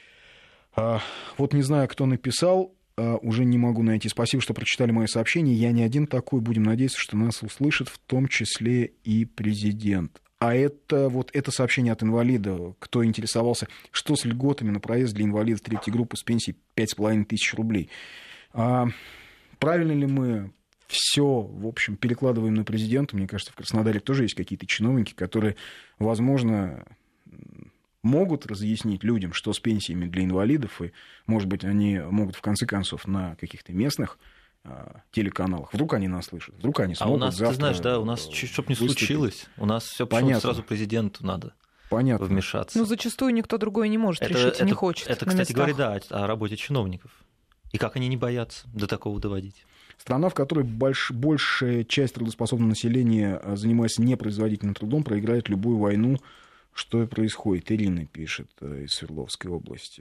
А, вот не знаю, кто написал. А, уже не могу найти. Спасибо, что прочитали мое сообщение. Я не один такой. Будем надеяться, что нас услышит, в том числе и президент. А это вот это сообщение от инвалида. Кто интересовался, что с льготами на проезд для инвалидов третьей группы с пенсией пять с половиной тысяч рублей. А правильно ли мы все, в общем, перекладываем на президента? Мне кажется, в Краснодаре тоже есть какие-то чиновники, которые, возможно, могут разъяснить людям, что с пенсиями для инвалидов, и, может быть, они могут, в конце концов, на каких-то местных телеканалах. Вдруг они нас слышат, вдруг они смогут а у нас, завтра ты знаешь, да, у нас, чтобы не выступить. случилось, у нас все сразу президенту надо Понятно. вмешаться. Ну, зачастую никто другой не может это, решить, это, не хочет. Это, кстати говоря, да, о работе чиновников. И как они не боятся до такого доводить. Страна, в которой больш, большая часть трудоспособного населения занимается непроизводительным трудом, проиграет любую войну, что и происходит. Ирина пишет из Свердловской области.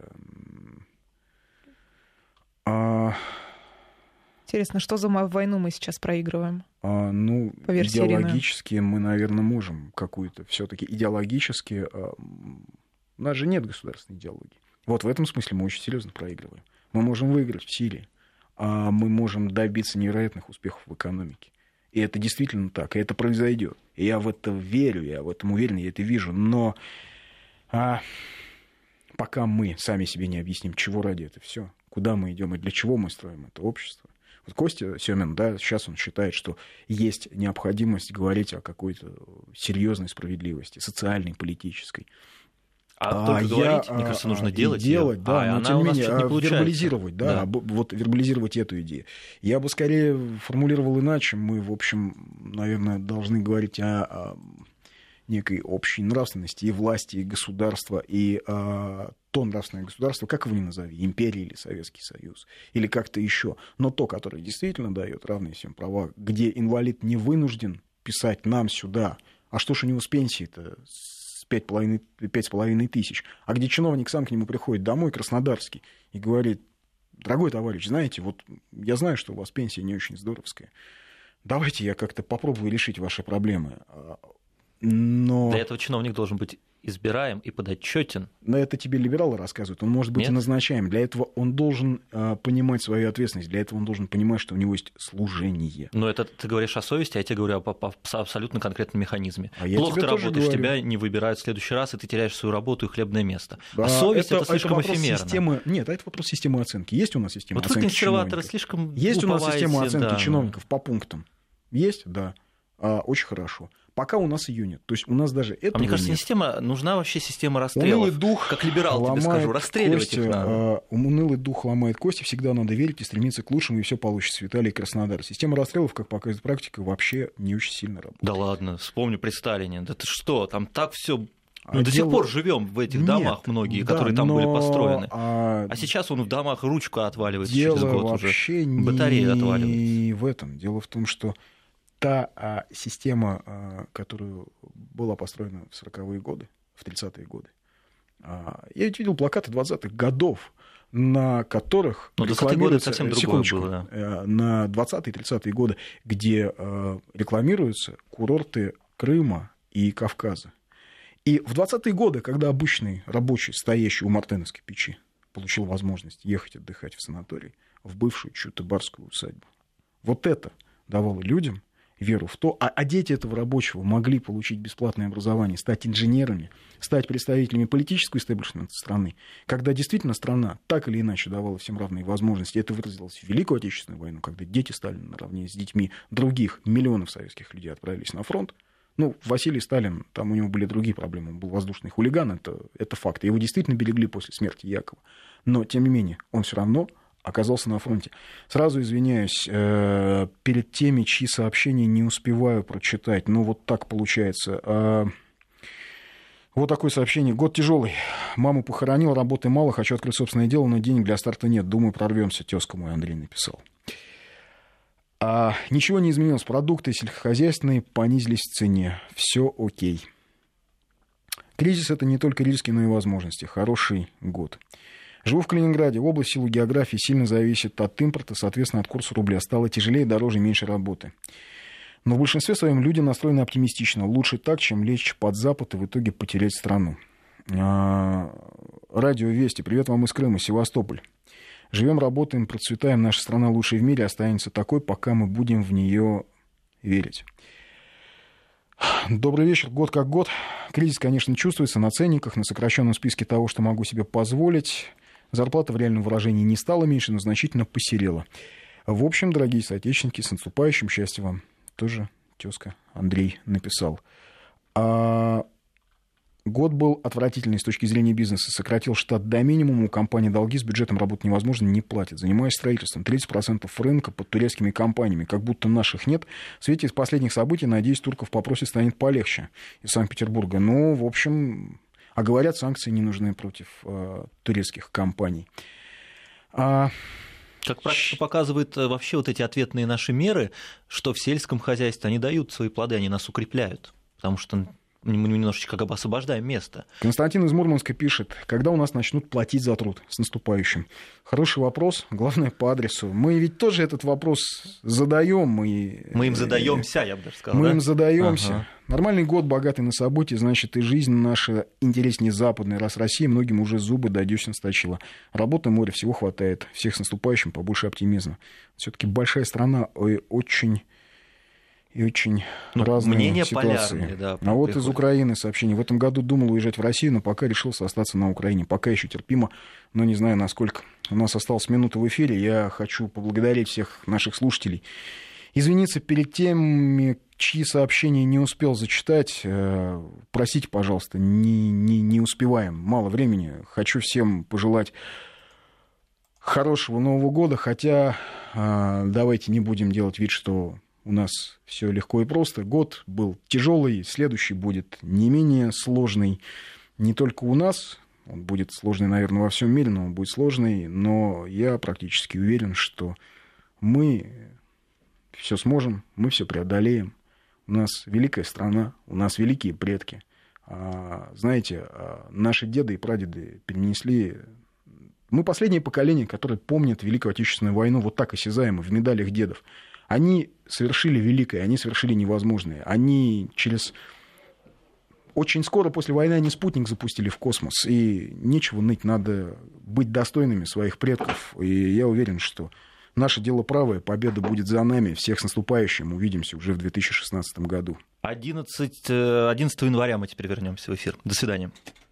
А... Интересно, что за войну мы сейчас проигрываем? А, ну, По версии идеологически Ирины. Мы, наверное, можем какую-то все-таки идеологически... А, у нас же нет государственной идеологии. Вот в этом смысле мы очень серьезно проигрываем. Мы можем выиграть в Сирии, а мы можем добиться невероятных успехов в экономике. И это действительно так, и это произойдет. И я в это верю, я в этом уверен, я это вижу. Но а, пока мы сами себе не объясним, чего ради это все, куда мы идем и для чего мы строим это общество. Вот Костя Семин, да, сейчас он считает, что есть необходимость говорить о какой-то серьезной справедливости, социальной, политической. А, а только я, говорить, мне кажется, нужно делать. Делать, ее. да, а, но тем не менее, не вербализировать, да, да. Об, вот вербализировать эту идею. Я бы скорее формулировал иначе. Мы, в общем, наверное, должны говорить о, о некой общей нравственности и власти, и государства, и о, то нравственное государство, как его ни назови, империя или Советский Союз, или как-то еще, но то, которое действительно дает равные всем права, где инвалид не вынужден писать нам сюда, а что ж у него с пенсией-то, с пять с половиной тысяч, а где чиновник сам к нему приходит домой, краснодарский, и говорит: дорогой товарищ, знаете, вот я знаю, что у вас пенсия не очень здоровская, давайте я как-то попробую решить ваши проблемы. Но... Для этого чиновник должен быть избираем и подотчетен. Но это тебе либералы рассказывают. Он может быть Нет? и назначаем. Для этого он должен э, понимать свою ответственность. Для этого он должен понимать, что у него есть служение. Но это ты говоришь о совести, а я тебе говорю об, об абсолютно конкретном механизме. А Плохо ты работаешь, говорю. Тебя не выбирают в следующий раз, и ты теряешь свою работу и хлебное место. А, а совесть это, это слишком это эфемерно. Системы... Нет, это вопрос системы оценки. Есть у нас система вот оценки чиновников? Слишком Есть у нас система оценки да. чиновников по пунктам? Есть? Да. А, очень хорошо. Пока у нас ее нет. То есть у нас даже этого А мне кажется, нет. система, нужна вообще система расстрелов. Унылый дух как либерал тебе скажу, расстреливать кости, их надо. А, унылый дух ломает кости, всегда надо верить и стремиться к лучшему, и все получится. Виталий Краснодар. Система расстрелов, как показывает практика, вообще не очень сильно работает. Да ладно, вспомню при Сталине. Да ты что, там так все. Мы а до дело... сих пор живем в этих Нет, домах многие, да, которые там но... были построены. А... а сейчас он в домах ручка отваливается дело через год вообще уже. Не... Батарея отваливается. Не в этом. Дело в том, что та а, система, а, которая была построена в сороковые годы, в тридцатые годы, а, я ведь видел плакаты двадцатых годов, на которых Но рекламируется... совсем другое было, да. На двадцатые-тридцатые годы, где а, рекламируются курорты Крыма и Кавказа. И в двадцатые годы, когда обычный рабочий, стоящий у мартеновской печи, получил возможность ехать отдыхать в санаторий, в бывшую Чуто-Барскую усадьбу, вот это давало людям веру в то, а, а дети этого рабочего могли получить бесплатное образование, стать инженерами, стать представителями политического истеблишмента страны, когда действительно страна так или иначе давала всем равные возможности. Это выразилось в Великую Отечественную войну, когда дети Сталина наравне с детьми других миллионов советских людей отправились на фронт. Ну, Василий Сталин, там у него были другие проблемы, он был воздушный хулиган, это, это факт. Его действительно берегли после смерти Якова. Но, тем не менее, он все равно оказался на фронте. Сразу извиняюсь, э, перед теми, чьи сообщения не успеваю прочитать, но вот так получается. Э, вот такое сообщение. Год тяжелый. Маму похоронил, работы мало, хочу открыть собственное дело, но денег для старта нет. Думаю, прорвемся. Тезка мой, Андрей написал. А, ничего не изменилось. Продукты сельскохозяйственные понизились в цене. Все окей. Кризис — это не только риски, но и возможности. Хороший год. Живу в Калининграде. Область в силу географии сильно зависит от импорта, соответственно, от курса рубля. Стало тяжелее, дороже, меньше работы. Но в большинстве своем люди настроены оптимистично. Лучше так, чем лечь под Запад и в итоге потерять страну. Радио Вести. Привет вам из Крыма, Севастополь. Живем, работаем, процветаем. Наша страна лучшая в мире, останется такой, пока мы будем в нее верить. Добрый вечер. Год как год. Кризис, конечно, чувствуется на ценниках, на сокращенном списке того, что могу себе позволить. Зарплата в реальном выражении не стала меньше, но значительно посерела. В общем, дорогие соотечественники, с наступающим, счастья вам. Тоже тезка Андрей написал. А... Год был отвратительный с точки зрения бизнеса. Сократил штат до минимума, у компании долги, с бюджетом работать невозможно, не платят. Занимаюсь строительством. тридцать процентов рынка под турецкими компаниями. Как будто наших нет. В свете из последних событий, надеюсь, турков попросит, станет полегче из Санкт-Петербурга. Ну, в общем, а говорят, санкции не нужны против э, турецких компаний. А... Как практика показывает вообще вот эти ответные наши меры, что в сельском хозяйстве они дают свои плоды, они нас укрепляют. Потому что мы немножечко как бы освобождаем место. Константин из Мурманска пишет, когда у нас начнут платить за труд? С наступающим. Хороший вопрос, главное по адресу. Мы ведь тоже этот вопрос задаем. Мы, мы им задаемся, я бы даже сказал. Мы да? им задаемся. Ага. Нормальный год, богатый на события, значит, и жизнь наша интереснее западной. Раз Россия многим уже зубы до десен сточила. Работы, море, всего хватает. Всех с наступающим, побольше оптимизма. Все-таки большая страна и очень... И очень ну, разные ситуации. Полярные, да, а вот приходит. Из Украины сообщение. В этом году думал уезжать в Россию, но пока решился остаться на Украине. Пока еще терпимо, но не знаю, насколько. У нас осталась минута в эфире. Я хочу поблагодарить всех наших слушателей. Извиниться перед теми, чьи сообщения не успел зачитать. Простите, пожалуйста, не, не, не успеваем. Мало времени. Хочу всем пожелать хорошего Нового года. Хотя давайте не будем делать вид, что... У нас все легко и просто. Год был тяжелый, следующий будет не менее сложный. Не только у нас, он будет сложный, наверное, во всем мире, но он будет сложный. Но я практически уверен, что мы все сможем, мы все преодолеем. У нас великая страна, у нас великие предки. Знаете, наши деды и прадеды перенесли... Мы последнее поколение, которое помнит Великую Отечественную войну вот так осязаемо, в медалях дедов. Они совершили великое, они совершили невозможное. Они через... Очень скоро после войны они спутник запустили в космос. И нечего ныть, надо быть достойными своих предков. И я уверен, что наше дело правое, победа будет за нами. Всех с наступающим. Увидимся уже в две тысячи шестнадцатом году. одиннадцатого января мы теперь вернемся в эфир. До свидания.